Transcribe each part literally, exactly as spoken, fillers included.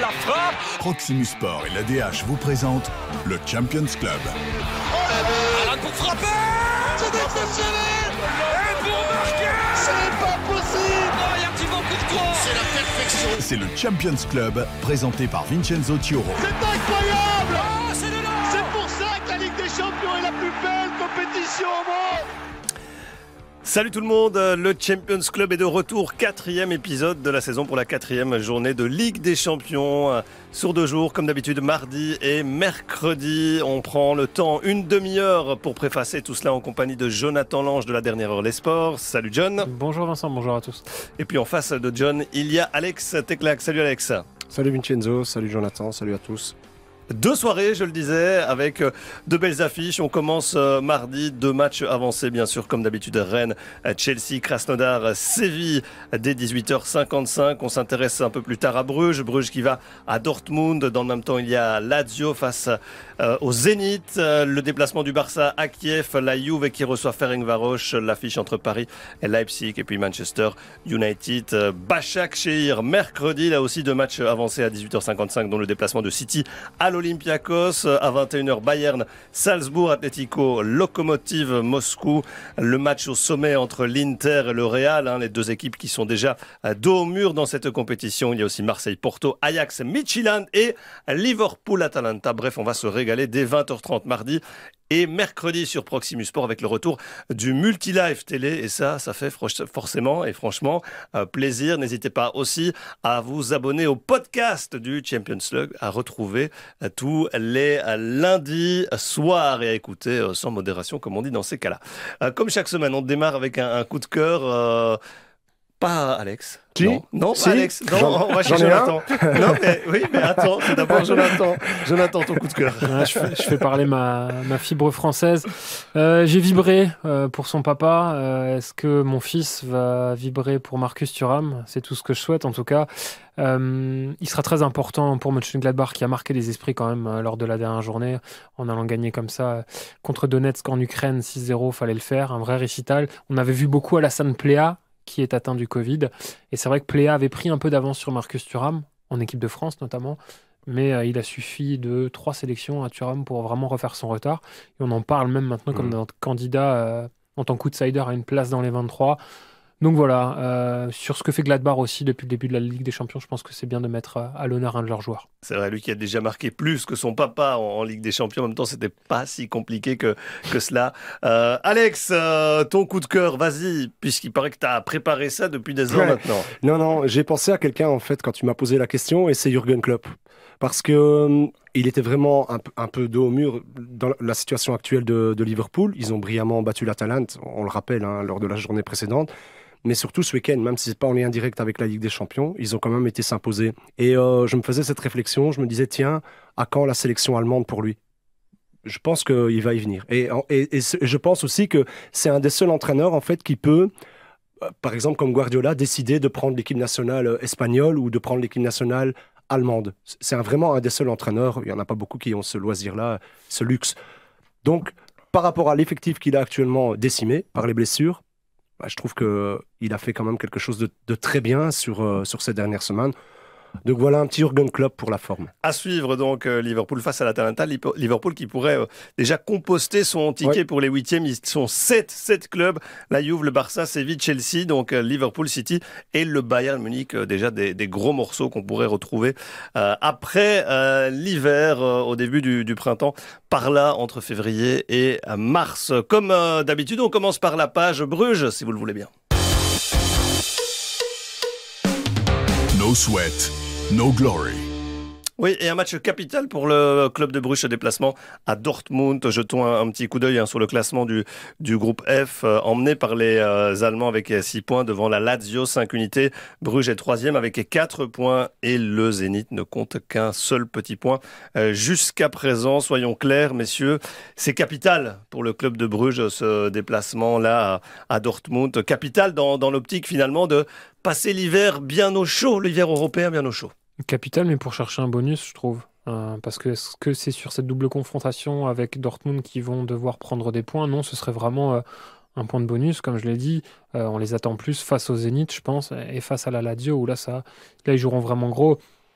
la frappe. Proximus Sport et l'A D H vous présentent le Champions Club. Oh, Alan pour frapper. C'est exceptionnel. Et pour marquer. C'est pas possible. Oh, il y a un petit vent pour toi. C'est la perfection. C'est le Champions Club présenté par Vincenzo Thioro. C'est incroyable. Oh, c'est de là. C'est pour ça que la Ligue des Champions est la plus belle compétition au monde. Salut tout le monde, le Champions Club est de retour, quatrième épisode de la saison pour la quatrième journée de Ligue des Champions. Sur deux jours, comme d'habitude, mardi et mercredi. On prend le temps, une demi-heure pour préfacer tout cela en compagnie de Jonathan Lange de la dernière heure Les Sports. Salut John. Bonjour Vincent, bonjour à tous. Et puis en face de John, il y a Alex Teclac. Salut Alex. Salut Vincenzo, salut Jonathan, salut à tous. Deux soirées, je le disais, avec de belles affiches. On commence mardi, deux matchs avancés, bien sûr, comme d'habitude. Rennes, Chelsea, Krasnodar, Séville, dès dix-huit heures cinquante-cinq. On s'intéresse un peu plus tard à Bruges. Bruges qui va à Dortmund. Dans le même temps, il y a Lazio face euh, au Zénith. Le déplacement du Barça à Kiev. La Juve qui reçoit Ferencváros. L'affiche entre Paris et Leipzig. Et puis Manchester United. Başakşehir, mercredi. Là aussi, deux matchs avancés à dix-huit heures cinquante-cinq, dont le déplacement de City à l'Olympiakos, à vingt et une heures Bayern, Salzbourg, Atlético, Lokomotiv, Moscou. Le match au sommet entre l'Inter et le Real, hein, les deux équipes qui sont déjà dos au mur dans cette compétition. Il y a aussi Marseille, Porto, Ajax, Midtjylland et Liverpool, Atalanta. Bref, on va se régaler dès vingt heures trente mardi et mercredi sur Proximus Sport avec le retour du multi-live télé. Et ça, ça fait forcément et franchement euh, plaisir. N'hésitez pas aussi à vous abonner au podcast du Champions League, à retrouver euh, tous les euh, lundis soirs et à écouter euh, sans modération, comme on dit dans ces cas-là. Euh, comme chaque semaine, on démarre avec un, un coup de cœur. Euh, pas Alex. Si. Non, non Si. pas Alex. Non, J'en- on va chez j'en ai Jonathan. Non, mais oui, mais attends, c'est d'abord Jonathan. Jonathan, ton coup de cœur. Ouais, je, fais, je fais parler ma, ma fibre française. Euh, j'ai vibré euh, pour son papa. Euh, est-ce que mon fils va vibrer pour Marcus Thuram ? C'est tout ce que je souhaite en tout cas. Euh, il sera très important pour Mönchengladbach qui a marqué les esprits quand même euh, lors de la dernière journée en allant gagner comme ça euh, contre Donetsk en Ukraine six zéro, fallait le faire, un vrai récital. On avait vu beaucoup Alassane Plea qui est atteint du Covid et c'est vrai que Plea avait pris un peu d'avance sur Marcus Thuram en équipe de France notamment, mais euh, il a suffi de trois sélections à Thuram pour vraiment refaire son retard et on en parle même maintenant mmh. comme d'un candidat euh, en tant qu'outsider à une place dans les vingt-trois. Donc voilà, euh, sur ce que fait Gladbach aussi depuis le début de la Ligue des Champions, je pense que c'est bien de mettre à l'honneur un de leurs joueurs. C'est vrai, lui qui a déjà marqué plus que son papa en, en Ligue des Champions. En même temps, c'était pas si compliqué que, que cela. Euh, Alex, euh, ton coup de cœur, vas-y, puisqu'il paraît que tu as préparé ça depuis des ans ouais. maintenant. Non, non, j'ai pensé à quelqu'un en fait quand tu m'as posé la question et c'est Jürgen Klopp. Parce que euh, il était vraiment un, un peu dos au mur dans la situation actuelle de, de Liverpool. Ils ont brillamment battu l'Atalante, on le rappelle, hein, lors de la journée précédente. Mais surtout ce week-end, même si c'est pas en lien direct avec la Ligue des Champions, ils ont quand même été s'imposer. Et euh, je me faisais cette réflexion, je me disais, tiens, à quand la sélection allemande pour lui ? Je pense qu'il va y venir. Et, et, et je pense aussi que c'est un des seuls entraîneurs en fait qui peut, par exemple comme Guardiola, décider de prendre l'équipe nationale espagnole ou de prendre l'équipe nationale allemande. C'est un, vraiment un des seuls entraîneurs, il n'y en a pas beaucoup qui ont ce loisir-là, ce luxe. Donc, par rapport à l'effectif qu'il a actuellement décimé par les blessures, bah, je trouve qu'il a fait quand même quelque chose de, de très bien sur, euh, sur ces dernières semaines. Donc voilà un petit Jürgen Klopp pour la forme. À suivre donc euh, Liverpool face à l'Atalanta. Liverpool qui pourrait euh, déjà composter son ticket ouais. pour les huitièmes. Ils sont sept, sept clubs. La Juve, le Barça, Séville, Chelsea, donc euh, Liverpool, City et le Bayern Munich. Euh, déjà des, des gros morceaux qu'on pourrait retrouver euh, après euh, l'hiver, euh, au début du, du printemps, par là entre février et euh, mars. Comme euh, d'habitude, on commence par la page Bruges, si vous le voulez bien. No sweat. No glory. Oui, et un match capital pour le club de Bruges, déplacement à Dortmund. Jetons un, un petit coup d'œil hein, sur le classement du, du groupe F, euh, emmené par les euh, Allemands avec six points devant la Lazio, cinq unités. Bruges est troisième avec quatre points et le Zénith ne compte qu'un seul petit point. Euh, jusqu'à présent, soyons clairs, messieurs, c'est capital pour le club de Bruges, ce déplacement-là à, à Dortmund. Capital dans, dans l'optique finalement de passer l'hiver bien au chaud, l'hiver européen bien au chaud. Capital, mais pour chercher un bonus, je trouve. Euh, parce que est-ce que c'est sur cette double confrontation avec Dortmund qu'ils vont devoir prendre des points ? Non, ce serait vraiment euh, un point de bonus, comme je l'ai dit. Euh, on les attend plus face au Zénith, je pense, et face à la Lazio, où là, ça, là ils joueront vraiment gros.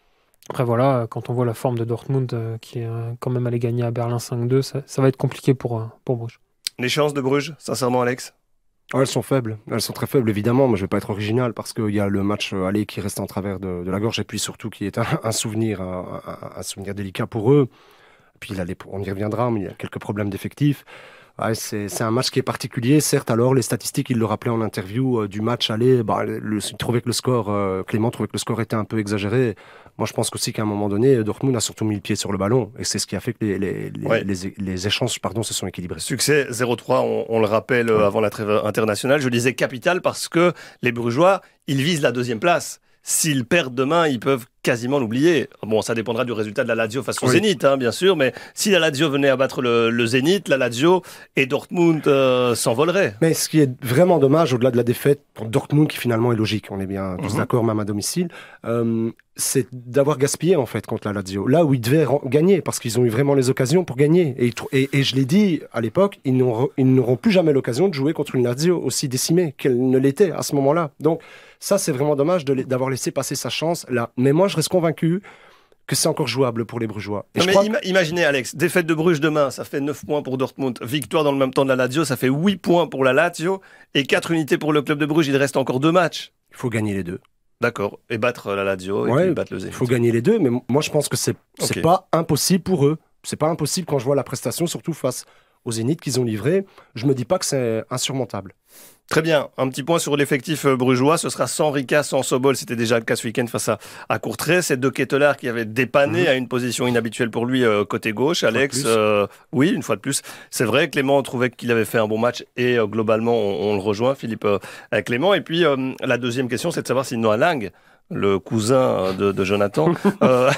Après voilà, quand on voit la forme de Dortmund euh, qui est euh, quand même allé gagner à Berlin cinq deux, ça, ça va être compliqué pour, euh, pour Bruges. Les chances de Bruges, sincèrement, Alex? Ah, elles sont faibles, elles sont très faibles évidemment. Moi je vais pas être original parce qu'il y a le match euh, aller qui reste en travers de, de la gorge et puis surtout qui est un, un souvenir, un, un, un souvenir délicat pour eux. Puis là, les, on y reviendra, mais il y a quelques problèmes d'effectifs. Ouais, c'est, c'est un match qui est particulier, certes. Alors, les statistiques, il le rappelait en interview euh, du match aller. Bah, le, il trouvait que le score, euh, Clément trouvait que le score était un peu exagéré. Moi, je pense aussi qu'à un moment donné, Dortmund a surtout mis le pied sur le ballon, et c'est ce qui a fait que les, les, les, ouais. les, les échanges, pardon, se sont équilibrés. Succès zéro trois, on, on le rappelle ouais. avant la trêve internationale. Je disais capital parce que les Brugeois, ils visent la deuxième place. S'ils perdent demain, ils peuvent quasiment l'oublier. Bon, ça dépendra du résultat de la Lazio face au oui. Zénith, hein, bien sûr, mais si la Lazio venait à battre le, le Zénith, la Lazio et Dortmund euh, s'envoleraient. Mais ce qui est vraiment dommage, au-delà de la défaite pour Dortmund, qui finalement est logique, on est bien tous mm-hmm. d'accord, même à domicile, euh, c'est d'avoir gaspillé en fait contre la Lazio. Là où ils devaient ren- gagner, parce qu'ils ont eu vraiment les occasions pour gagner. Et, et, et je l'ai dit à l'époque, ils n'auront, ils n'auront plus jamais l'occasion de jouer contre une Lazio aussi décimée qu'elle ne l'était à ce moment-là. Donc ça, c'est vraiment dommage de, d'avoir laissé passer sa chance là. Mais moi, je reste convaincu que c'est encore jouable pour les Brugeois. Non, mais ima- imaginez, Alex, défaite de Bruges demain, ça fait neuf points pour Dortmund. Victoire dans le même temps de la Lazio, ça fait huit points pour la Lazio. Et quatre unités pour le club de Bruges. Il reste encore deux matchs. Il faut gagner les deux. D'accord. Et battre la Lazio et ouais, puis battre le Zénith. Il faut gagner les deux, mais moi, je pense que c'est, c'est okay. pas impossible pour eux. C'est pas impossible quand je vois la prestation, surtout face au Zénith qu'ils ont livré. Je me dis pas que c'est insurmontable. Très bien. Un petit point sur l'effectif brugeois. Ce sera sans Rika, sans Sobol. C'était déjà le cas ce week-end face à, à Courtrai. C'est De Ketelaere qui avait dépanné mmh. à une position inhabituelle pour lui euh, côté gauche. Alex, euh, oui, une fois de plus. C'est vrai, Clément trouvait qu'il avait fait un bon match et euh, globalement, on, on le rejoint, Philippe euh, Clément. Et puis, euh, la deuxième question, c'est de savoir si Noah Lang, le cousin de, de Jonathan, euh,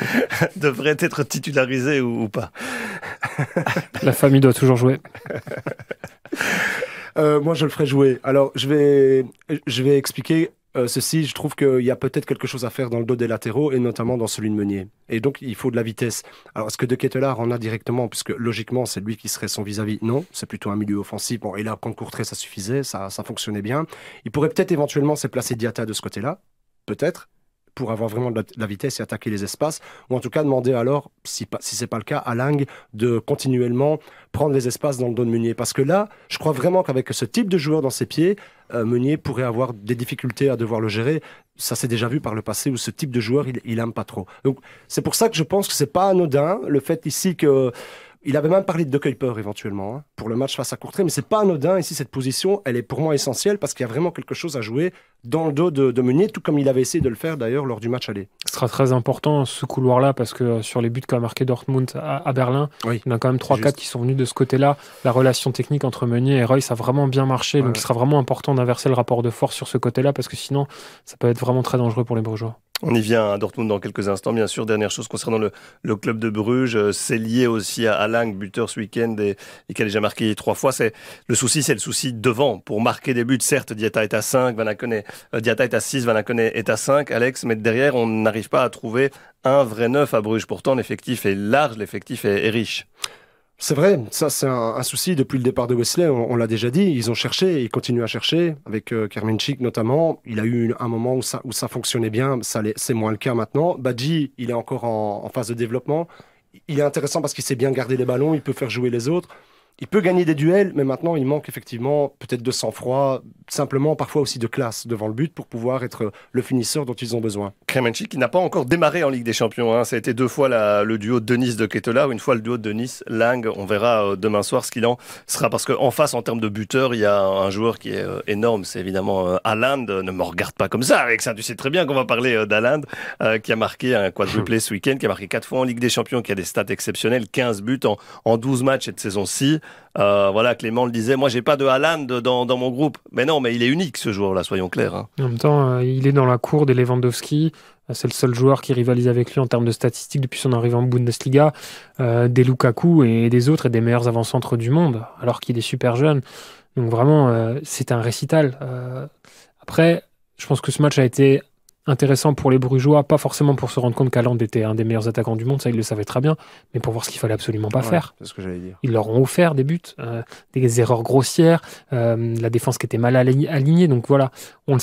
devrait être titularisé ou, ou pas. La famille doit toujours jouer. Euh, moi, je le ferai jouer. Alors, je vais, je vais expliquer euh, ceci. Je trouve qu'il y a peut-être quelque chose à faire dans le dos des latéraux et notamment dans celui de Meunier. Et donc, il faut de la vitesse. Alors, est-ce que De Ketelaere en a directement, puisque logiquement, c'est lui qui serait son vis-à-vis? Non, c'est plutôt un milieu offensif. Bon, et là, contre Courtrai, ça suffisait, ça, ça fonctionnait bien. Il pourrait peut-être éventuellement se placer Diatta de ce côté-là, peut-être, pour avoir vraiment de la, de la vitesse et attaquer les espaces, ou en tout cas demander alors, si, si ce n'est pas le cas, à Lang de continuellement prendre les espaces dans le dos de Meunier. Parce que là, je crois vraiment qu'avec ce type de joueur dans ses pieds, euh, Meunier pourrait avoir des difficultés à devoir le gérer. Ça s'est déjà vu par le passé où ce type de joueur, il n'aime pas trop. Donc c'est pour ça que je pense que ce n'est pas anodin, le fait ici que... Il avait même parlé de De Kuiper éventuellement hein, pour le match face à Courtrai, mais c'est pas anodin ici cette position. Elle est pour moi essentielle parce qu'il y a vraiment quelque chose à jouer dans le dos de, de Meunier, tout comme il avait essayé de le faire d'ailleurs lors du match aller. Ce sera très important ce couloir-là parce que sur les buts qu'a marqué Dortmund à, à Berlin, oui, il y en a quand même trois quatre qui sont venus de ce côté-là. La relation technique entre Meunier et Reus a vraiment bien marché, ouais. Donc il sera vraiment important d'inverser le rapport de force sur ce côté-là parce que sinon ça peut être vraiment très dangereux pour les Brugeois. On y vient à Dortmund dans quelques instants, bien sûr. Dernière chose concernant le, le club de Bruges, c'est lié aussi à Lang, buteur ce week-end et, et qui a déjà marqué trois fois. C'est, le souci, c'est le souci devant. Pour marquer des buts, certes, Diatta est à cinq, Vanaken euh, Diatta est à six, Vanaken est à cinq, Alex, mais derrière, on n'arrive pas à trouver un vrai neuf à Bruges. Pourtant, l'effectif est large, l'effectif est, est riche. C'est vrai, ça c'est un, un souci depuis le départ de Wesley, on, on l'a déjà dit, ils ont cherché, ils continuent à chercher, avec euh, Kermenchik notamment, il a eu un moment où ça, où ça fonctionnait bien, ça c'est moins le cas maintenant. Badji, il est encore en, en phase de développement, il est intéressant parce qu'il sait bien garder les ballons, il peut faire jouer les autres, il peut gagner des duels, mais maintenant il manque effectivement peut-être de sang-froid, simplement parfois aussi de classe devant le but pour pouvoir être le finisseur dont ils ont besoin. Kremenchik qui n'a pas encore démarré en Ligue des Champions, hein. Ça a été deux fois la, le duo de Denis de Ketelaere, une fois le duo de Denis Lang. On verra euh, demain soir ce qu'il en sera parce qu'en face en termes de buteur, il y a un joueur qui est euh, énorme, c'est évidemment euh, Haaland. Ne me regarde pas comme ça avec ça, tu sais très bien qu'on va parler euh, d'Haaland euh, qui a marqué un quadruplé ce week-end, qui a marqué quatre fois en Ligue des Champions, qui a des stats exceptionnelles, quinze buts en, en douze matchs cette saison-ci. Euh, voilà, Clément le disait, moi j'ai pas de Haaland dans, dans mon groupe. Mais non, mais il est unique ce joueur-là, soyons clairs. Hein. En même temps, euh, il est dans la cour des Lewandowski. C'est le seul joueur qui rivalise avec lui en termes de statistiques depuis son arrivée en Bundesliga. Euh, des Lukaku et des autres et des meilleurs avant-centres du monde, alors qu'il est super jeune. Donc vraiment, euh, c'est un récital. Euh, après, je pense que ce match a été intéressant pour les Brugeois, pas forcément pour se rendre compte qu'Haaland était un des meilleurs attaquants du monde, ça ils le savaient très bien, mais pour voir ce qu'il fallait absolument pas ouais, faire. C'est ce que j'allais dire. Ils leur ont offert des buts, euh, des erreurs grossières, euh, la défense qui était mal alignée, donc voilà, on le sait,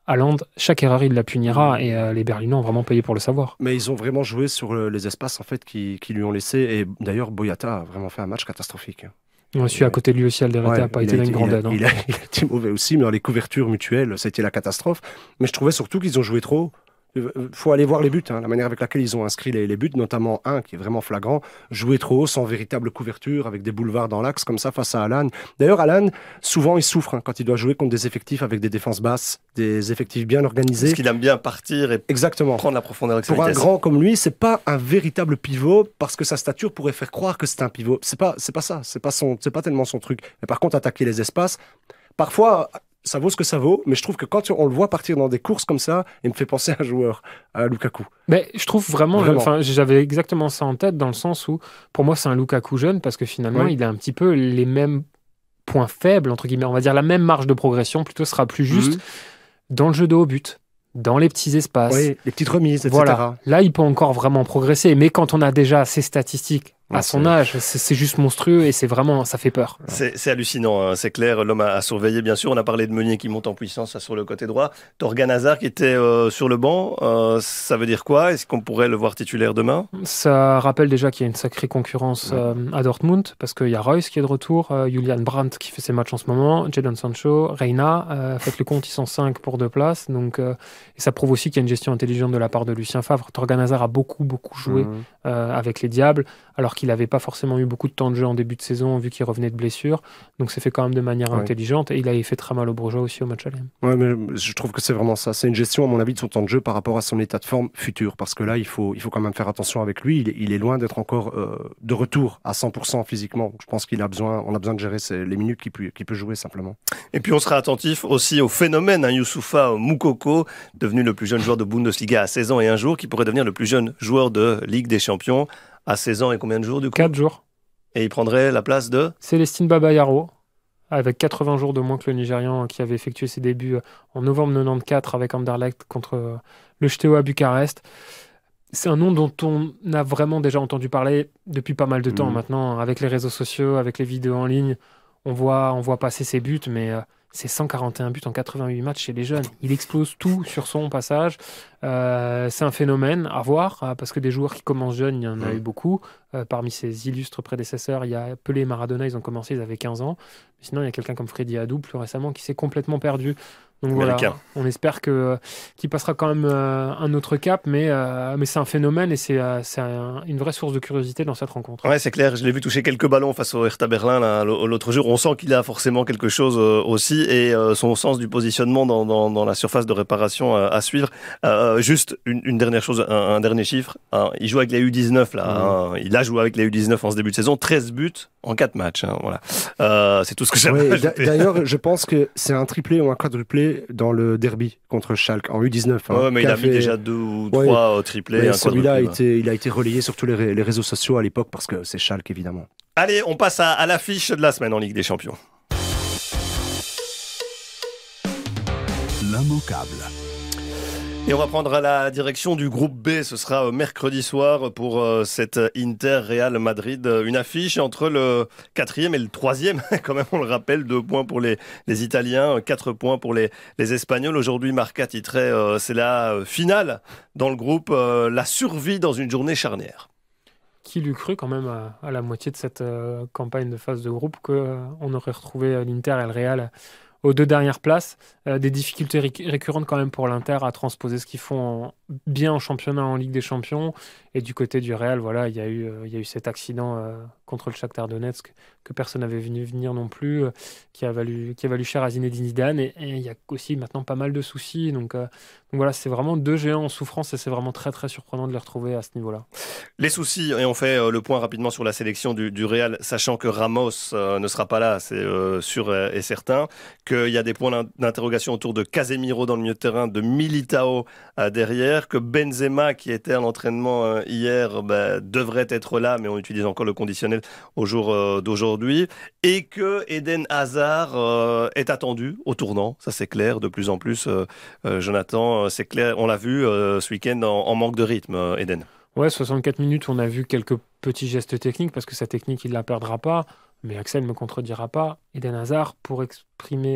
Haaland, chaque erreur, il la punira et euh, les Berlinois ont vraiment payé pour le savoir. Mais ils ont vraiment joué sur le- les espaces en fait qui, qui lui ont laissé. Et d'ailleurs, Boyata a vraiment fait un match catastrophique. Moi, je suis à côté de lui aussi, Alderete Ouais, n'a pas il été a d'une grande il a- aide. hein. Il a, il a été mauvais aussi, mais dans les couvertures mutuelles, ça a été la catastrophe. Mais je trouvais surtout qu'ils ont joué trop. Il faut aller voir les buts, hein, la manière avec laquelle ils ont inscrit les, les buts, notamment un qui est vraiment flagrant, jouer trop haut, sans véritable couverture, avec des boulevards dans l'axe, comme ça, face à Alan. D'ailleurs, Alan, souvent, il souffre hein, quand il doit jouer contre des effectifs avec des défenses basses, des effectifs bien organisés. Parce qu'il aime bien partir et Exactement. prendre la profondeur avec sa Pour un vitesse. grand comme lui, c'est pas un véritable pivot parce que sa stature pourrait faire croire que c'est un pivot. C'est pas, c'est pas ça. C'est pas son, c'est pas tellement son truc. Mais par contre, attaquer les espaces, parfois, ça vaut ce que ça vaut. Mais je trouve que quand on le voit partir dans des courses comme ça, il me fait penser à un joueur, à Lukaku. Mais je trouve vraiment, Vraiment. enfin, j'avais exactement ça en tête dans le sens où, pour moi, c'est un Lukaku jeune parce que finalement, Oui. il a un petit peu les mêmes points faibles, entre guillemets. On va dire la même marge de progression, plutôt sera plus juste Mhm. dans le jeu de haut but, dans les petits espaces. Oui, les petites remises, et cetera. Voilà. Là, il peut encore vraiment progresser. Mais quand on a déjà ces statistiques à Ouais, son c'est- âge, c'est c'est juste monstrueux et c'est vraiment, ça fait peur. C'est c'est hallucinant, hein, c'est clair. L'homme a, a surveillé, bien sûr. On a parlé de Meunier qui monte en puissance là, sur le côté droit. Torgan Hazard qui était euh, sur le banc. Euh, ça veut dire quoi? Est-ce qu'on pourrait le voir titulaire demain? Ça rappelle déjà qu'il y a une sacrée concurrence Ouais. euh, à Dortmund parce qu'il y a Reus qui est de retour, euh, Julian Brandt qui fait ses matchs en ce moment, Jadon Sancho, Reina. Euh, faites le compte, ils sont cinq pour deux places. Donc, euh, et ça prouve aussi qu'il y a une gestion intelligente de la part de Lucien Favre. Torgan Hazard a beaucoup, beaucoup joué Mhm. euh, avec les Diables, alors qu'il n'avait pas forcément eu beaucoup de temps de jeu en début de saison vu qu'il revenait de blessure. Donc c'est fait quand même de manière Ouais. intelligente et il avait fait très mal aux Brugeois aussi au match aller. Ouais, mais je trouve que c'est vraiment ça. C'est une gestion, à mon avis, de son temps de jeu par rapport à son état de forme futur. Parce que là, il faut, il faut quand même faire attention avec lui. Il est, il est loin d'être encore euh, de retour à cent pour cent physiquement. Donc, je pense qu'il a besoin, on a besoin de gérer ses- les minutes qu'il peut, qu'il peut jouer simplement. Et puis on sera attentif aussi au phénomène, hein, Youssoufa Moukoko, devenu le plus jeune joueur de Bundesliga à seize ans et un jour, qui pourrait devenir le plus jeune joueur de Ligue des Champions à seize ans et combien de jours du coup? Quatre jours. Et il prendrait la place de... Célestine Babayaro, avec quatre-vingts jours de moins que le Nigérian qui avait effectué ses débuts en novembre quatre-vingt-quatorze avec Anderlecht contre euh, le Steaua Bucarest. C'est un nom dont on a vraiment déjà entendu parler depuis pas mal de temps Mhm. maintenant, avec les réseaux sociaux, avec les vidéos en ligne. On voit, on voit passer ses buts, mais euh, c'est cent quarante et un buts en quatre-vingt-huit matchs chez les jeunes. Il explose tout sur son passage. Euh, c'est un phénomène à voir, euh, parce que des joueurs qui commencent jeunes, il y en a Mhm. eu beaucoup. Euh, parmi ses illustres prédécesseurs, il y a Pelé et Maradona, ils ont commencé, ils avaient quinze ans. Mais sinon, il y a quelqu'un comme Freddy Adu, plus récemment, qui s'est complètement perdu. Donc voilà, Américain. on espère que, qu'il passera quand même euh, un autre cap, mais, euh, mais c'est un phénomène et c'est, euh, c'est un- une vraie source de curiosité dans cette rencontre. Ouais, c'est clair. Je l'ai vu toucher quelques ballons face au Hertha Berlin là, l'autre jour. On sent qu'il a forcément quelque chose euh, aussi et euh, son sens du positionnement dans, dans, dans la surface de réparation euh, à suivre. Euh, juste une, une dernière chose, un, un dernier chiffre. Hein. Il joue avec les U dix-neuf là. Hein. Il a joué avec les U dix-neuf en ce début de saison. treize buts en quatre matchs. Hein. Voilà. Euh, c'est tout ce que j'avais Ouais, à d'a- ajouter. D'ailleurs, je pense que c'est un triplé ou un quadruplé dans le derby contre Schalke en U dix-neuf. hein, Ouais, mais qui il a fait- mis déjà deux ou Ouais. trois euh, triplés. Mais un celui-là a quadruplé. été, il a été relayé sur tous les, ré- les réseaux sociaux à l'époque parce que c'est Schalke évidemment. Allez, on passe à, à l'affiche de la semaine en Ligue des Champions. L'immanquable. Et on va prendre la direction du groupe B. Ce sera mercredi soir pour euh, cette Inter Real Madrid. Une affiche entre le quatrième et le troisième. Quand même, on le rappelle, deux points pour les, les Italiens, quatre points pour les, les Espagnols. Aujourd'hui, Marca titrait, euh, c'est la finale dans le groupe, euh, la survie dans une journée charnière. Qui l'eût cru quand même à, à la moitié de cette euh, campagne de phase de groupe qu'on aurait retrouvé euh, l'Inter et le Real aux deux dernières places. Euh, des difficultés ré- récurrentes quand même pour l'Inter à transposer ce qu'ils font en- bien en championnat, en Ligue des Champions. Et du côté du Real, voilà, il y a eu, euh, il y a eu cet accident euh, contre le Shakhtar Donetsk que personne n'avait vu venir non plus, euh, qui a valu, qui a valu cher à Zinedine Zidane. Et, et il y a aussi maintenant pas mal de soucis. Donc, euh, donc voilà, c'est vraiment deux géants en souffrance et c'est vraiment très très surprenant de les retrouver à ce niveau-là. Les soucis, et on fait euh, le point rapidement sur la sélection du, du Real, sachant que Ramos euh, ne sera pas là, c'est euh, sûr et certain, qu'il y a des points d'interrogation autour de Casemiro dans le milieu de terrain, de Militao euh, derrière, que Benzema, qui était à l'entraînement euh, hier, bah, devrait être là, mais on utilise encore le conditionnel au jour euh, d'aujourd'hui, et que Eden Hazard euh, est attendu au tournant, ça c'est clair, de plus en plus, euh, euh, Jonathan, c'est clair, on l'a vu euh, ce week-end en, en manque de rythme, euh, Eden. Ouais, soixante-quatre minutes, on a vu quelques petits gestes techniques parce que sa technique, il ne la perdra pas. Mais Axel ne me contredira pas. Eden Hazard, pour exprimer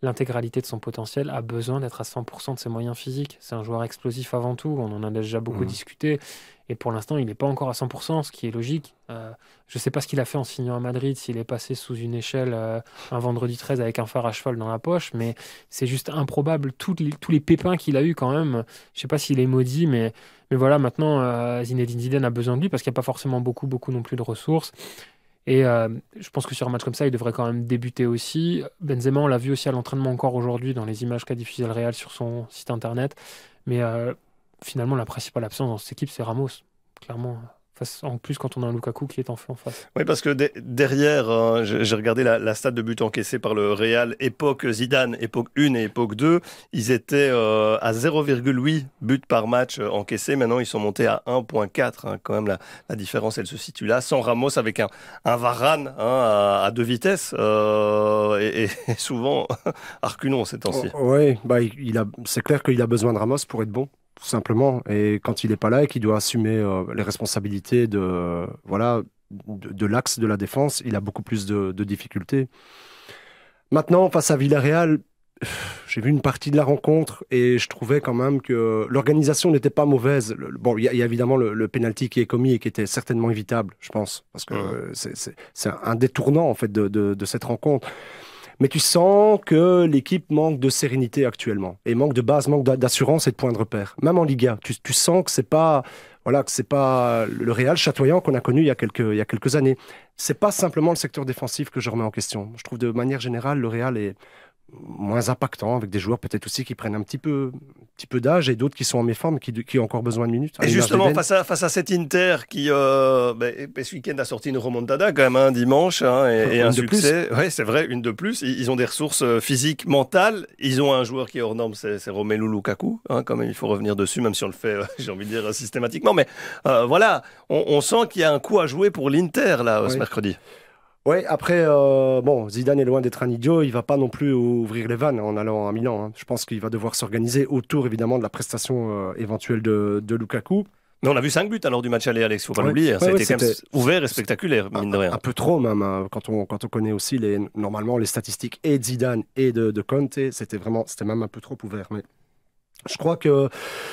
l'intégralité de son potentiel, a besoin d'être à cent pour cent de ses moyens physiques. C'est un joueur explosif avant tout, on en a déjà beaucoup mmh. discuté, et pour l'instant, il n'est pas encore à cent pour cent, ce qui est logique. Euh, je ne sais pas ce qu'il a fait en signant à Madrid, s'il est passé sous une échelle euh, un vendredi treize avec un phare à cheval dans la poche, mais c'est juste improbable, tous les, tous les pépins qu'il a eu quand même. Je ne sais pas s'il est maudit, mais, mais voilà, maintenant, euh, Zinedine Zidane a besoin de lui, parce qu'il n'y a pas forcément beaucoup, beaucoup non plus de ressources. Et euh, je pense que sur un match comme ça, il devrait quand même débuter aussi. Benzema, on l'a vu aussi à l'entraînement encore aujourd'hui dans les images qu'a diffusé le Real sur son site internet. Mais euh, finalement, la principale absence dans cette équipe, c'est Ramos, clairement. En plus, quand on a un Lukaku qui est en feu en face. Oui, parce que de- derrière, hein, j'ai regardé la, la stat de buts encaissés par le Real, époque Zidane, époque un et époque deux. Ils étaient euh, à zéro virgule huit buts par match euh, encaissés. Maintenant, ils sont montés à un virgule quatre. Hein. Quand même, la, la différence, elle se situe là. Sans Ramos, avec un, un Varane hein, à, à deux vitesses. Euh, et, et souvent, à reculons ces temps-ci. Oh, oui, bah, il a, c'est clair qu'il a besoin de Ramos pour être bon. Tout simplement. Et quand il n'est pas là et qu'il doit assumer euh, les responsabilités de, euh, voilà, de, de l'axe de la défense, il a beaucoup plus de, de difficultés. Maintenant, face à Villarreal, j'ai vu une partie de la rencontre et je trouvais quand même que l'organisation n'était pas mauvaise. Le, bon, il y, y a évidemment le, le penalty qui est commis et qui était certainement évitable, je pense, parce que mmh. c'est, c'est, c'est un détournant en fait de, de, de cette rencontre. Mais tu sens que l'équipe manque de sérénité actuellement et manque de base, manque d'assurance et de points de repère. Même en Liga, tu, tu sens que c'est pas, voilà, que c'est pas le Real chatoyant qu'on a connu il y a quelques, il y a quelques années. C'est pas simplement le secteur défensif que je remets en question. Je trouve de manière générale le Real est moins impactant, avec des joueurs peut-être aussi qui prennent un petit peu, un petit peu d'âge et d'autres qui sont en méforme, qui, qui ont encore besoin de minutes. Et justement, face à, face à cet Inter qui, euh, bah, ce week-end a sorti une remontada quand même, hein, dimanche, hein, et, et un succès. Oui, c'est vrai, une de plus. Ils, ils ont des ressources physiques, mentales. Ils ont un joueur qui est hors norme, c'est, c'est Romelu Lukaku. Hein, quand même, il faut revenir dessus, même si on le fait, euh, j'ai envie de dire, systématiquement. Mais euh, voilà, on, on sent qu'il y a un coup à jouer pour l'Inter, là, oui. ce mercredi. Oui, après, euh, bon, Zidane est loin d'être un idiot, il va pas non plus ouvrir les vannes en allant à Milan. Hein. Je pense qu'il va devoir s'organiser autour, évidemment, de la prestation euh, éventuelle de, de Lukaku. Mais on a vu cinq buts alors du match aller, Alex, faut pas ouais. l'oublier. Ouais, Ça a ouais, été quand même ouvert et spectaculaire, mine de rien. Un peu trop même, hein, quand, on, quand on connaît aussi les, normalement les statistiques et de Zidane et de, de Conte, c'était vraiment, c'était même un peu trop ouvert. Mais je crois que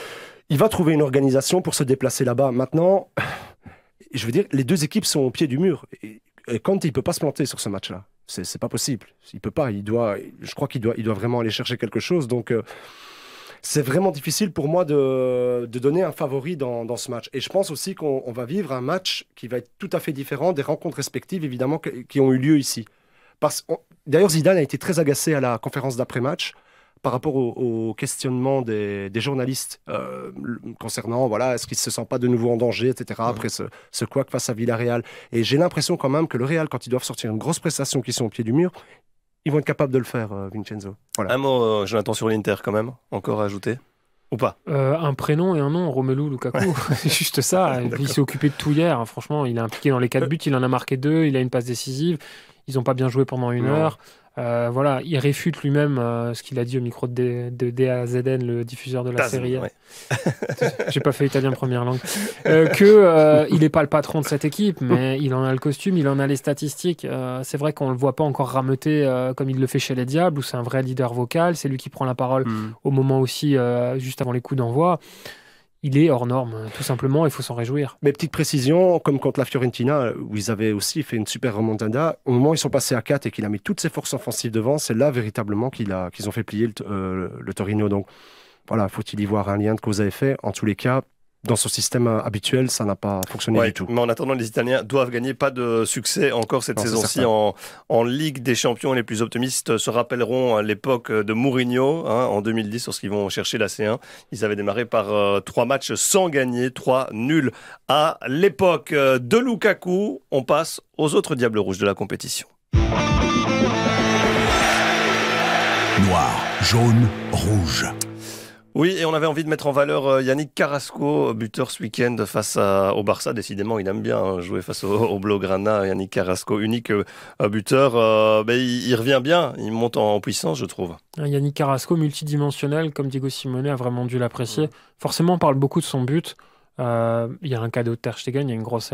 il va trouver une organisation pour se déplacer là-bas. Maintenant, je veux dire, les deux équipes sont au pied du mur. Et, Et Conte, il peut pas se planter sur ce match-là. C'est, c'est pas possible. Il peut pas. Il doit. Je crois qu'il doit. Il doit vraiment aller chercher quelque chose. Donc, euh, c'est vraiment difficile pour moi de, de donner un favori dans, dans ce match. Et je pense aussi qu'on on va vivre un match qui va être tout à fait différent des rencontres respectives, évidemment, qui ont eu lieu ici. Parce, on, d'ailleurs, Zidane a été très agacé à la conférence d'après-match par rapport au, au questionnement des, des journalistes euh, concernant, voilà, est-ce qu'il ne se sent pas de nouveau en danger, et cetera, mmh. après ce, ce couac face à Villarreal. Et j'ai l'impression quand même que le Real, quand ils doivent sortir une grosse prestation qui sont au pied du mur, ils vont être capables de le faire, euh, Vincenzo. Voilà. Un mot, euh, Jonathan, sur l'Inter quand même, encore à ajouter ou pas euh, Un prénom et un nom, Romelu Lukaku, ouais. C'est juste ça. Il s'est occupé de tout hier, hein. Franchement, il est impliqué dans les quatre buts, il en a marqué deux, il a une passe décisive, ils n'ont pas bien joué pendant une non. heure. Euh, voilà, il réfute lui-même euh, ce qu'il a dit au micro de, de D A Z N, le diffuseur de la Taz, série. Ouais. J'ai pas fait italien première langue. Euh, que euh, il n'est pas le patron de cette équipe, mais il en a le costume, il en a les statistiques. Euh, c'est vrai qu'on le voit pas encore rameuter euh, comme il le fait chez les Diables, où c'est un vrai leader vocal. C'est lui qui prend la parole mm. au moment aussi, euh, juste avant les coups d'envoi. Il est hors norme, tout simplement, il faut s'en réjouir. Mais petite précision, comme contre la Fiorentina, où ils avaient aussi fait une super remontada, au moment où ils sont passés à quatre et qu'il a mis toutes ses forces offensives devant, c'est là véritablement qu'il a, qu'ils ont fait plier le, euh, le Torino. Donc voilà, faut-il y voir un lien de cause à effet. En tous les cas, dans ce système habituel, ça n'a pas fonctionné ouais, du tout. Mais en attendant, les Italiens doivent gagner. Pas de succès encore cette non, saison-ci en, en Ligue des Champions. Les plus optimistes se rappelleront l'époque de Mourinho hein, en deux mille dix, lorsqu'ils vont chercher la C un. Ils avaient démarré par euh, trois matchs sans gagner, trois nuls à l'époque. De Lukaku, on passe aux autres Diables Rouges de la compétition. Noir, jaune, rouge. Oui, et on avait envie de mettre en valeur Yannick Carrasco, buteur ce week-end face à, au Barça. Décidément, il aime bien hein, jouer face au, au Blaugrana. Yannick Carrasco, unique euh, buteur. Euh, ben, il, il revient bien, il monte en, en puissance, je trouve. Yannick Carrasco, multidimensionnel, comme Diego Simeone a vraiment dû l'apprécier. Forcément, on parle beaucoup de son but. Euh, il y a un cadeau de Ter Stegen, il y a une grosse erreur.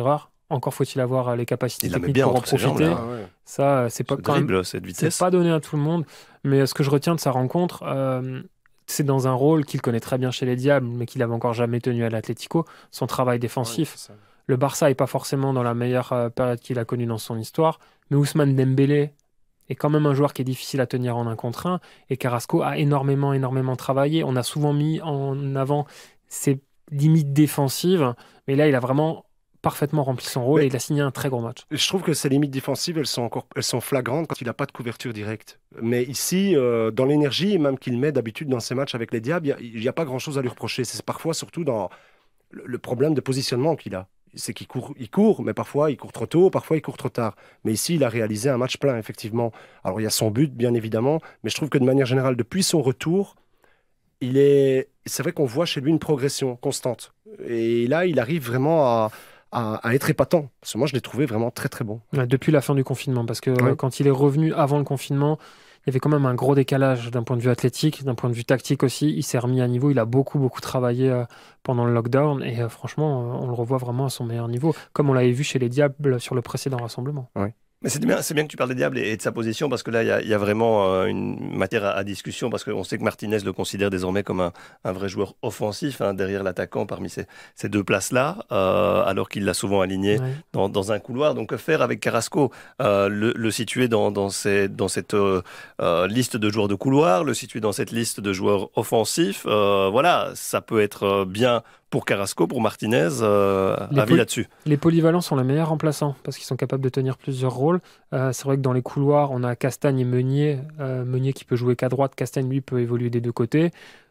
Encore faut-il avoir les capacités Il la met techniques bien pour en entre ses jambes, profiter. là. Ah ouais. Ça, c'est pas Ce quand même dribble, cette c'est vitesse. pas donné à tout le monde, mais ce que je retiens de sa rencontre, euh, c'est dans un rôle qu'il connaît très bien chez les Diables, mais qu'il n'avait encore jamais tenu à l'Atlético, son travail défensif. Ouais, c'est ça. Le Barça n'est pas forcément dans la meilleure euh, période qu'il a connue dans son histoire, mais Ousmane Dembélé est quand même un joueur qui est difficile à tenir en un contre un, et Carrasco a énormément, énormément travaillé. On a souvent mis en avant ses limites défensives, mais là, il a vraiment parfaitement rempli son rôle Mais- et il a signé un très gros match. Je trouve que ses limites défensives, elles sont encore, elles sont flagrantes quand il n'a pas de couverture directe. Mais ici, euh, dans l'énergie même qu'il met d'habitude dans ses matchs avec les Diables, il n'y a, a pas grand-chose à lui reprocher. C'est parfois surtout dans le, le problème de positionnement qu'il a. C'est qu'il court, il court, mais parfois il court trop tôt, parfois il court trop tard. Mais ici, il a réalisé un match plein, effectivement. Alors il y a son but, bien évidemment, mais je trouve que de manière générale, depuis son retour, il est, c'est vrai qu'on voit chez lui une progression constante. Et là, il arrive vraiment à À, à être épatant. Parce que moi, je l'ai trouvé vraiment très, très bon. Ouais, depuis la fin du confinement, parce que Ouais. euh, quand il est revenu avant le confinement, il y avait quand même un gros décalage d'un point de vue athlétique, d'un point de vue tactique aussi. Il s'est remis à niveau, il a beaucoup, beaucoup travaillé euh, pendant le lockdown, et euh, franchement, euh, on le revoit vraiment à son meilleur niveau, comme on l'avait vu chez les Diables sur le précédent rassemblement. Mais c'est bien, c'est bien que tu parles des Diables et, et de sa position, parce que là, il y a, il y a vraiment euh, une matière à, à discussion, parce qu'on sait que Martinez le considère désormais comme un, un vrai joueur offensif, hein, derrière l'attaquant parmi ces, ces deux places-là, euh, alors qu'il l'a souvent aligné Ouais. dans, dans un couloir. Donc, que faire avec Carrasco? euh, le, le situer dans, dans, ces, dans cette euh, euh, liste de joueurs de couloir, le situer dans cette liste de joueurs offensifs, euh, voilà, ça peut être euh, bien pour Carrasco, pour Martinez, euh, Les avis poly- là-dessus. Les polyvalents sont les meilleurs remplaçants parce qu'ils sont capables de tenir plusieurs rôles. Euh, c'est vrai que dans les couloirs, on a Castagne et Meunier. Euh, Meunier qui peut jouer qu'à droite, Castagne lui peut évoluer des deux côtés.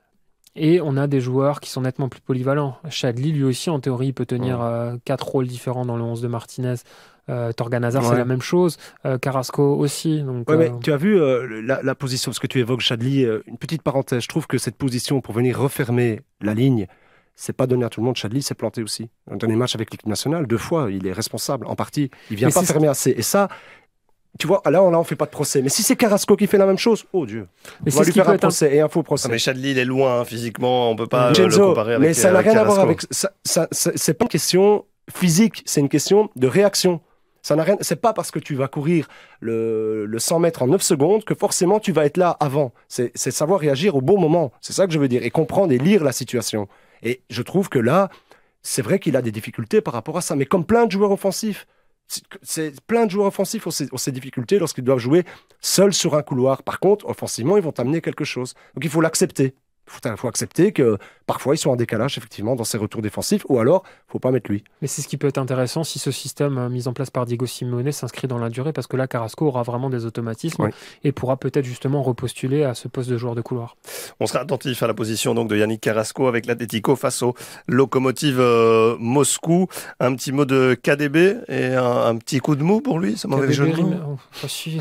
Et on a des joueurs qui sont nettement plus polyvalents. Chadli, lui aussi, en théorie, il peut tenir euh, quatre rôles différents dans le onze de Martinez. Euh, Torgan Hazard, c'est Ouais. la même chose. Euh, Carrasco aussi. Donc, Ouais, euh, mais tu as vu euh, la, la position, parce que tu évoques Chadli, euh, une petite parenthèse, je trouve que cette position pour venir refermer la ligne, c'est pas donné à tout le monde. Chadli s'est planté aussi. Dans le dernier match avec l'équipe nationale, deux fois, il est responsable en partie. Il vient Mais pas c'est- fermer assez. Et ça, tu vois, là, on là, on fait pas de procès. Mais si c'est Carrasco qui fait la même chose, oh Dieu, mais on va c'est ce lui qui faire peut un être un- procès et un faux procès. Ah, mais Chadli, il est loin hein, physiquement, on peut pas euh, le Genzo, comparer avec mais ça n'a avec rien à voir Carrasco. avec ça, ça- ça- c'est pas une question physique, c'est une question de réaction. Ça n'a rien. C'est pas parce que tu vas courir le, le cent mètres en neuf secondes que forcément tu vas être là avant. C'est c'est savoir réagir au bon moment. C'est ça que je veux dire et comprendre et lire la situation. Et je trouve que là, c'est vrai qu'il a des difficultés par rapport à ça. Mais comme plein de joueurs offensifs, c'est- c'est plein de joueurs offensifs ont ces, ont ces difficultés lorsqu'ils doivent jouer seuls sur un couloir. Par contre, offensivement, ils vont t'amener quelque chose. Donc il faut l'accepter. Il faut, faut accepter que parfois ils sont en décalage effectivement dans ses retours défensifs ou alors faut pas mettre lui. Mais c'est ce qui peut être intéressant si ce système euh, mis en place par Diego Simeone s'inscrit dans la durée, parce que là, Carrasco aura vraiment des automatismes Oui. et pourra peut-être justement repostuler à ce poste de joueur de couloir. On sera attentif à la position donc de Yannick Carrasco avec l'Atlético face au Lokomotiv euh, Moscou. Un petit mot de K D B et un, un petit coup de mou pour lui, ça mauvais K D B jeu de mots. rime... oh, pas sûr.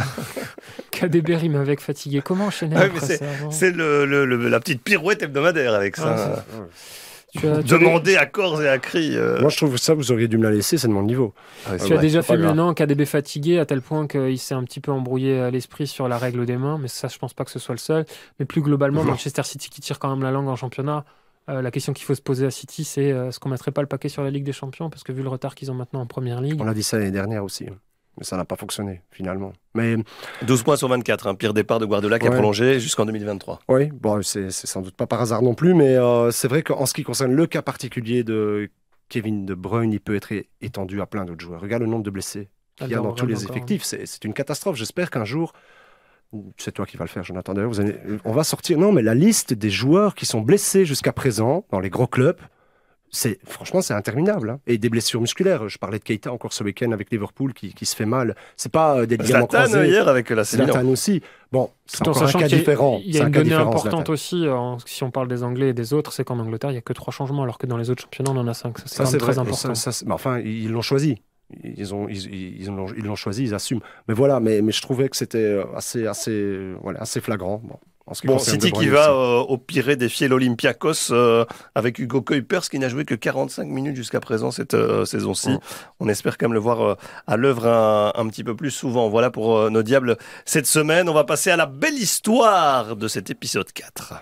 K D B rime avec fatigué. Comment enchaîner Ouais, après mais ça avant C'est le, le- le- la petite pirouette hebdomadaire avec ça. Ah, Tu as, tu as- Demandé à corps et à cri. euh. Moi je trouve que ça vous auriez dû me la laisser, c'est de mon niveau. Ah, tu as déjà c'est pas fait mieux, grave. non? K D B fatigué à tel point qu'il s'est un petit peu embrouillé à l'esprit sur la règle des mains, mais ça, je pense pas que ce soit le seul. Mais plus globalement, Manchester City qui tire quand même la langue en championnat. Euh, la question qu'il faut se poser à City, c'est euh, est-ce qu'on mettrait pas le paquet sur la Ligue des Champions? Parce que vu le retard qu'ils ont maintenant en Première Ligue, On a dit ça l'année dernière aussi, mais ça n'a pas fonctionné finalement. Mais douze points sur vingt-quatre, un pire départ de Guardiola qui a Ouais. prolongé jusqu'en deux mille vingt-trois. oui, bon, c'est c'est sans doute pas par hasard non plus, mais euh, c'est vrai qu'en ce qui concerne le cas particulier de Kevin De Bruyne, il peut être é- étendu à plein d'autres joueurs. Regarde le nombre de blessés qu'il y a dans Alderweireld tous les encore. effectifs. C'est c'est une catastrophe. J'espère qu'un jour, c'est toi qui vas le faire, Jonathan. D'ailleurs, vous allez- on va sortir. Non, mais la liste des joueurs qui sont blessés jusqu'à présent dans les gros clubs, c'est franchement c'est interminable. Hein. Et des blessures musculaires. Je parlais de Keita encore ce week-end avec Liverpool qui, qui se fait mal. C'est pas euh, des ligaments Zlatan croisés. hier avec la C Milan. Zlatan aussi. Bon, c'est Tout en encore un sachant cas qu'il y a- différent. Il y C'est a un une cas donnée différent, importante Zlatan. aussi, euh, si on parle des Anglais et des autres, c'est qu'en Angleterre, il n'y a que trois changements, alors que dans les autres championnats, on en a cinq. Ça, c'est Ça, quand c'est même très vrai. important. Ça, ça, c'est- mais enfin, ils l'ont choisi. Ils ont, ils, ils l'ont, ils l'ont choisi, ils assument. Mais voilà, mais, mais je trouvais que c'était assez, assez, euh, voilà, assez flagrant. Bon, en ce qui Bon, concerne City De qui Bruyne va aussi. euh, au pire défier l'Olympiakos euh, avec Hugo Kuipers qui n'a joué que quarante-cinq minutes jusqu'à présent cette euh, saison-ci. Mm. On espère quand même le voir euh, à l'œuvre un, un petit peu plus souvent. Voilà pour euh, nos Diables cette semaine. On va passer à la belle histoire de cet épisode quatre.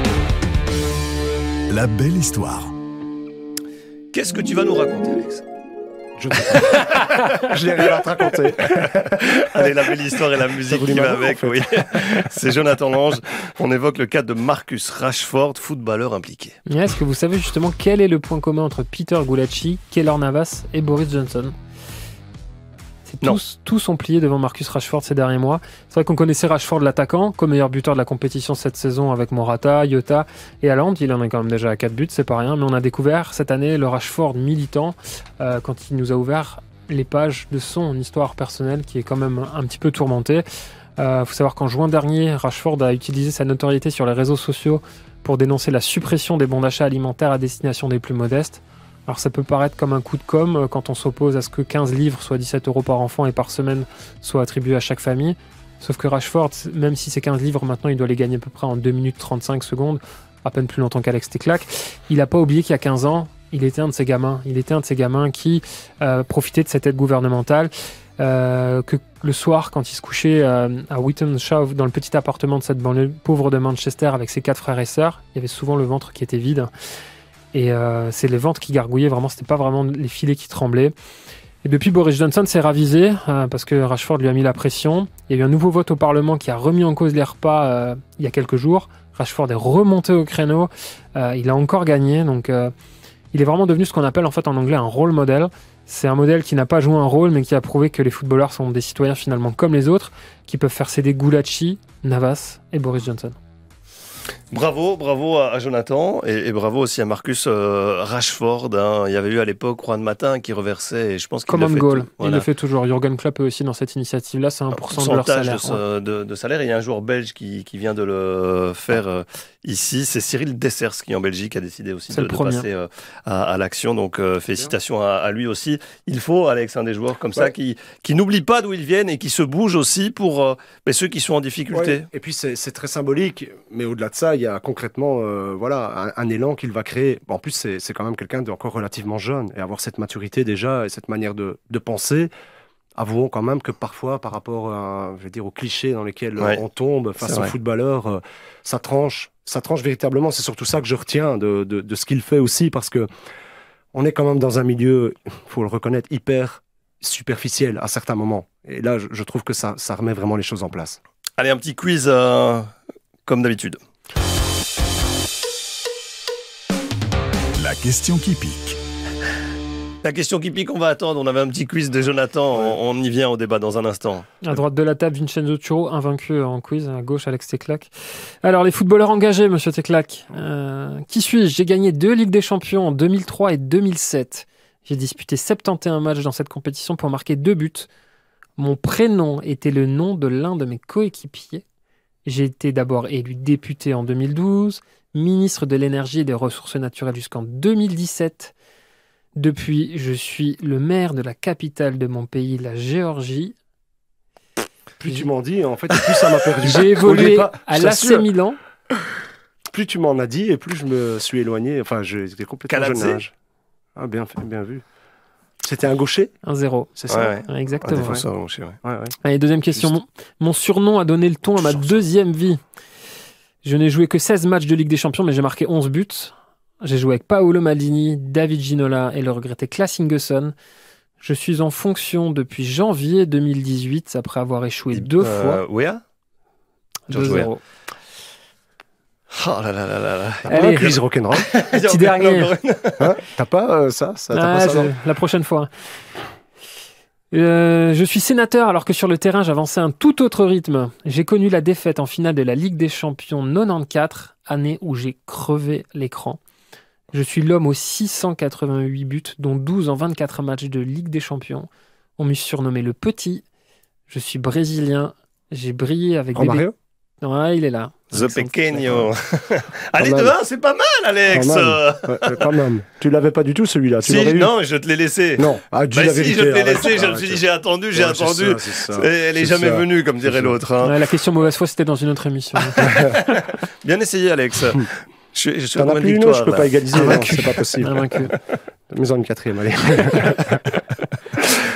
La belle histoire. Qu'est-ce que tu vas nous raconter, Alex? Je ne sais pas. Je n'ai rien à te raconter. Allez, la belle histoire et la musique qui va avec, en fait. oui. C'est Jonathan Lange. On évoque le cas de Marcus Rashford, footballeur impliqué. Est-ce que vous savez justement quel est le point commun entre Peter Gulacsi, Keylor Navas et Boris Johnson? C'est tous, tous ont plié devant Marcus Rashford ces derniers mois. C'est vrai qu'on connaissait Rashford l'attaquant comme meilleur buteur de la compétition cette saison avec Morata, Jota et Haaland. Il en est quand même déjà à quatre buts, c'est pas rien. Mais on a découvert cette année le Rashford militant euh, quand il nous a ouvert les pages de son histoire personnelle qui est quand même un petit peu tourmentée. Il euh, faut savoir qu'en juin dernier, Rashford a utilisé sa notoriété sur les réseaux sociaux pour dénoncer la suppression des bons d'achat alimentaires à destination des plus modestes. Alors ça peut paraître comme un coup de com' quand on s'oppose à ce que quinze livres, soit dix-sept euros par enfant et par semaine, soient attribués à chaque famille. Sauf que Rashford, même si c'est quinze livres, maintenant il doit les gagner à peu près en deux minutes trente-cinq secondes, à peine plus longtemps qu'Alex Teclac. Il n'a pas oublié qu'il y a quinze ans, il était un de ces gamins. Il était un de ces gamins qui euh, profitait de cette aide gouvernementale. Euh, que le soir, quand il se couchait euh, à Wythenshawe, dans le petit appartement de cette banlieue pauvre de Manchester avec ses quatre frères et sœurs, il y avait souvent le ventre qui était vide. Et euh, c'est les ventres qui gargouillaient, vraiment, c'était pas vraiment les filets qui tremblaient. Et depuis, Boris Johnson s'est ravisé euh, parce que Rashford lui a mis la pression. Il y a eu un nouveau vote au Parlement qui a remis en cause les repas euh, il y a quelques jours. Rashford est remonté au créneau, euh, il a encore gagné, donc euh, il est vraiment devenu ce qu'on appelle en fait en anglais un role model. C'est un modèle qui n'a pas joué un rôle, mais qui a prouvé que les footballeurs sont des citoyens finalement comme les autres, qui peuvent faire céder Gulacsi, Navas et Boris Johnson. Bravo, bravo à, à Jonathan et, et bravo aussi à Marcus euh, Rashford. Hein. Il y avait eu à l'époque Juan Matin qui reversait et je pense qu'il Common le fait goal, tout, voilà. Il le fait toujours. Jürgen Klopp est aussi dans cette initiative-là, c'est un pour cent de leur salaire. De, ce, ouais. de, de salaire. Et il y a un joueur belge qui, qui vient de le faire euh, ici, c'est Cyril Dessers qui en Belgique a décidé aussi de, de passer euh, à, à l'action. Donc euh, félicitations à, à lui aussi. Il faut, Alex, un des joueurs comme ouais. ça qui, qui n'oublie pas d'où ils viennent et qui se bouge aussi pour euh, ben, ceux qui sont en difficulté. Ouais. Et puis c'est, c'est très symbolique, mais au-delà de ça, il y a concrètement euh, voilà, un, un élan qu'il va créer. En plus, c'est, c'est quand même quelqu'un d'encore relativement jeune et avoir cette maturité déjà et cette manière de, de penser. Avouons quand même que parfois, par rapport à, je vais dire, aux clichés dans lesquels ouais. on tombe face au footballeur, euh, ça tranche, ça tranche véritablement. C'est surtout ça que je retiens de, de, de ce qu'il fait aussi, parce que on est quand même dans un milieu, il faut le reconnaître, hyper superficiel à certains moments. Et là, je, je trouve que ça, ça remet vraiment les choses en place. Allez, un petit quiz euh, comme d'habitude. La question qui pique. La question qui pique, on va attendre. On avait un petit quiz de Jonathan. Ouais. On, on y vient au débat dans un instant. À droite de la table, Vincenzo Turo, invaincu en quiz. À gauche, Alex Teclac. Alors, les footballeurs engagés, monsieur Teclac. Euh, qui suis-je ? J'ai gagné deux Ligues des Champions en deux mille trois et deux mille sept. J'ai disputé soixante et onze matchs dans cette compétition pour marquer deux buts. Mon prénom était le nom de l'un de mes coéquipiers. J'ai été d'abord élu député en deux mille douze, ministre de l'énergie et des ressources naturelles jusqu'en deux mille dix-sept. Depuis, je suis le maire de la capitale de mon pays, la Géorgie. Plus tu m'en dis, en fait, plus ça m'a perdu. J'ai évolué pas, à l'A C Milan. Plus tu m'en as dit, et plus je me suis éloigné. Enfin, j'étais complètement Calazé. jeune âge. Ah, bien fait, bien vu. C'était un gaucher ? un zéro. C'est ça ouais, ouais. Exactement. Ah, défenseur, ouais. Gaucher, ouais. Ouais, ouais. Allez, deuxième question. Mon, mon surnom a donné le ton à ma deuxième vie. Je n'ai joué que seize matchs de Ligue des Champions, mais j'ai marqué onze buts. J'ai joué avec Paolo Maldini, David Ginola et le regretté Klaas Ingesson. Je suis en fonction depuis janvier deux mille dix-huit, après avoir échoué et deux euh, fois. Wea deux zéro. Oh là là là là là. T'as pas un quiz rock'n'roll ? Petit dernier. Hein ? T'as pas euh, ça, ça, t'as ah, pas ça je, La prochaine fois. Euh, je suis sénateur alors que sur le terrain j'avançais à un tout autre rythme. J'ai connu la défaite en finale de la Ligue des Champions quatre-vingt-quatorze, année où j'ai crevé l'écran. Je suis l'homme aux six cent quatre-vingt-huit buts, dont douze en vingt-quatre matchs de Ligue des Champions. On m'eût surnommé le Petit. Je suis brésilien. J'ai brillé avec Romario ? Bébé. Ouais, il est là. The Pequeño. Allez, deux un, c'est pas mal, Alex. Quand même. Ouais, quand même. Tu l'avais pas du tout, celui-là. Tu si, eu. non, je te l'ai laissé. Non, ah, dis bah la si, vérité. je te l'ai arrête, laissé. Je arrête. me suis dit, j'ai attendu, j'ai ouais, attendu. C'est ça, c'est ça. Elle est c'est jamais ça. venue, comme dirait l'autre. Hein. Ouais, la question mauvaise foi, c'était dans une autre émission. Bien essayé, Alex. Je, je suis T'en as plus une autre, je peux pas égaliser. Non, c'est pas possible. Invaincu. Mets-en une quatrième, allez.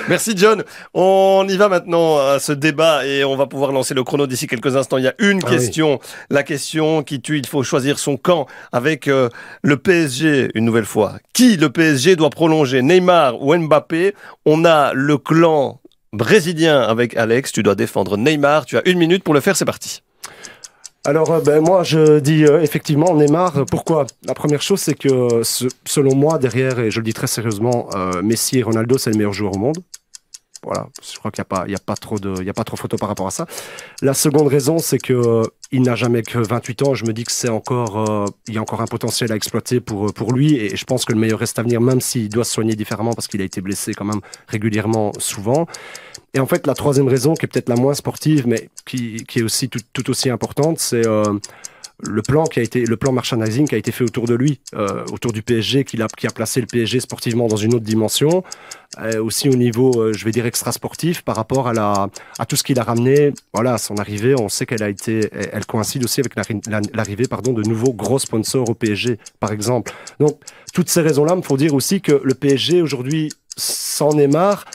Merci John. On y va maintenant à ce débat et on va pouvoir lancer le chrono d'ici quelques instants. Il y a une ah question, oui. La question qui tue, il faut choisir son camp avec euh, le P S G une nouvelle fois. Qui le P S G doit prolonger, Neymar ou Mbappé? On a le clan brésilien avec Alex, tu dois défendre Neymar, tu as une minute pour le faire, c'est parti. Alors, euh, ben, moi, je dis euh, effectivement Neymar. Pourquoi? La première chose, c'est que euh, ce, selon moi, derrière, et je le dis très sérieusement, euh, Messi et Ronaldo, c'est le meilleur joueur au monde. Voilà, je crois qu'il n'y a pas, il y a pas trop de, il y a pas trop photo par rapport à ça. La seconde raison, c'est que euh, il n'a jamais que vingt-huit ans. Je me dis que c'est encore, euh, il y a encore un potentiel à exploiter pour pour lui, et je pense que le meilleur reste à venir, même s'il doit se soigner différemment parce qu'il a été blessé quand même régulièrement, souvent. Et en fait, la troisième raison, qui est peut-être la moins sportive, mais qui, qui est aussi tout, tout aussi importante, c'est euh, le plan qui a été, le plan merchandising qui a été fait autour de lui, euh, autour du P S G, qui a, qui a placé le P S G sportivement dans une autre dimension, euh, aussi au niveau, euh, je vais dire, extra-sportif, par rapport à, la, à tout ce qu'il a ramené. Voilà, à son arrivée, on sait qu'elle a été, elle coïncide aussi avec l'arrivée, pardon, de nouveaux gros sponsors au P S G, par exemple. Donc, toutes ces raisons-là me font dire aussi que le P S G aujourd'hui, sans Neymar,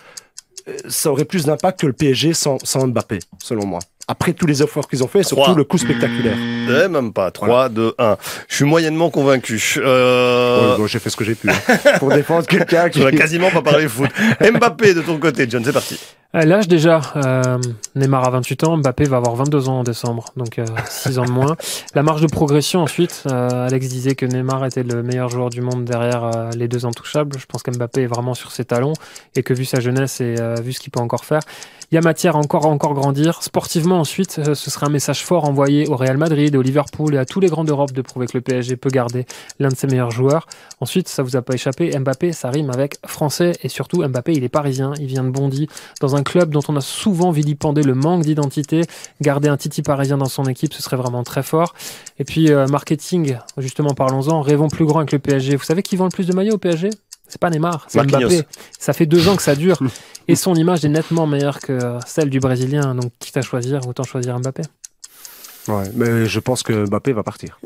ça aurait plus d'impact que le P S G sans, sans Mbappé, selon moi. Après tous les efforts qu'ils ont fait, et surtout le coup spectaculaire. Eh, même pas. trois, deux, un. Je suis moyennement convaincu. Euh... Ouais, bon, j'ai fait ce que j'ai pu. Hein, pour défendre quelqu'un qui... On n'a quasiment pas parlé foot. Mbappé, de ton côté, John, c'est parti. L'âge déjà, euh, Neymar a vingt-huit ans, Mbappé va avoir vingt-deux ans en décembre, donc euh, six ans de moins. La marge de progression ensuite, euh, Alex disait que Neymar était le meilleur joueur du monde derrière euh, les deux intouchables. Je pense qu'Mbappé est vraiment sur ses talons et que vu sa jeunesse et euh, vu ce qu'il peut encore faire, il y a matière à encore, encore grandir. Sportivement ensuite, euh, ce sera un message fort envoyé au Real Madrid et au Liverpool et à tous les grands d'Europe de prouver que le P S G peut garder l'un de ses meilleurs joueurs. Ensuite, ça vous a pas échappé, Mbappé, ça rime avec français et surtout Mbappé, il est parisien, il vient de Bondy, dans un club dont on a souvent vilipendé le manque d'identité. Garder un Titi parisien dans son équipe, ce serait vraiment très fort. Et puis, euh, marketing, justement, parlons-en, rêvons plus grand avec le P S G. Vous savez qui vend le plus de maillots au P S G? C'est pas Neymar, c'est Mbappé. Ça fait deux ans que ça dure. Et son image est nettement meilleure que celle du Brésilien. Donc, quitte à choisir, autant choisir Mbappé. Ouais, mais je pense que Mbappé va partir.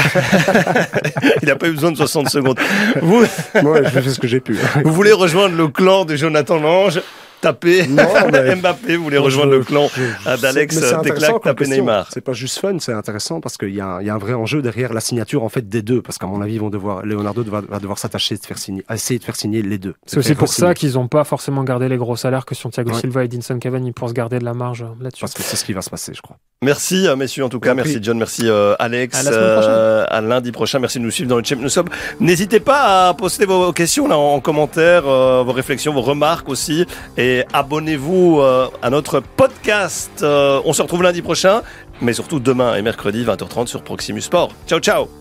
Il n'a pas eu besoin de soixante secondes. Vous... Moi, je fais ce que j'ai pu. Vous voulez rejoindre le clan de Jonathan Lange? Tapez non, mais... Mbappé, vous voulez rejoindre je, le clan je, d'Alex Teclac, tapez Neymar. C'est pas juste fun, c'est intéressant parce qu'il y, y a un vrai enjeu derrière la signature en fait des deux, parce qu'à mon avis, ils vont devoir, Leonardo va, va devoir s'attacher de faire signer, essayer de faire signer les deux. C'est aussi pour ça signer. Qu'ils n'ont pas forcément gardé les gros salaires que sur Thiago ouais. Silva et Edinson Cavani pour se garder de la marge là-dessus. Parce que c'est ce qui va se passer, je crois. Merci messieurs en tout cas, merci John, merci euh, Alex. À, euh, à lundi prochain, merci de nous suivre dans le Champions Club. N'hésitez pas à poster vos questions là en commentaire, euh, vos réflexions, vos remarques aussi, et abonnez-vous à notre podcast. On se retrouve lundi prochain, mais surtout demain et mercredi vingt heures trente sur Proximus Sport. Ciao, ciao.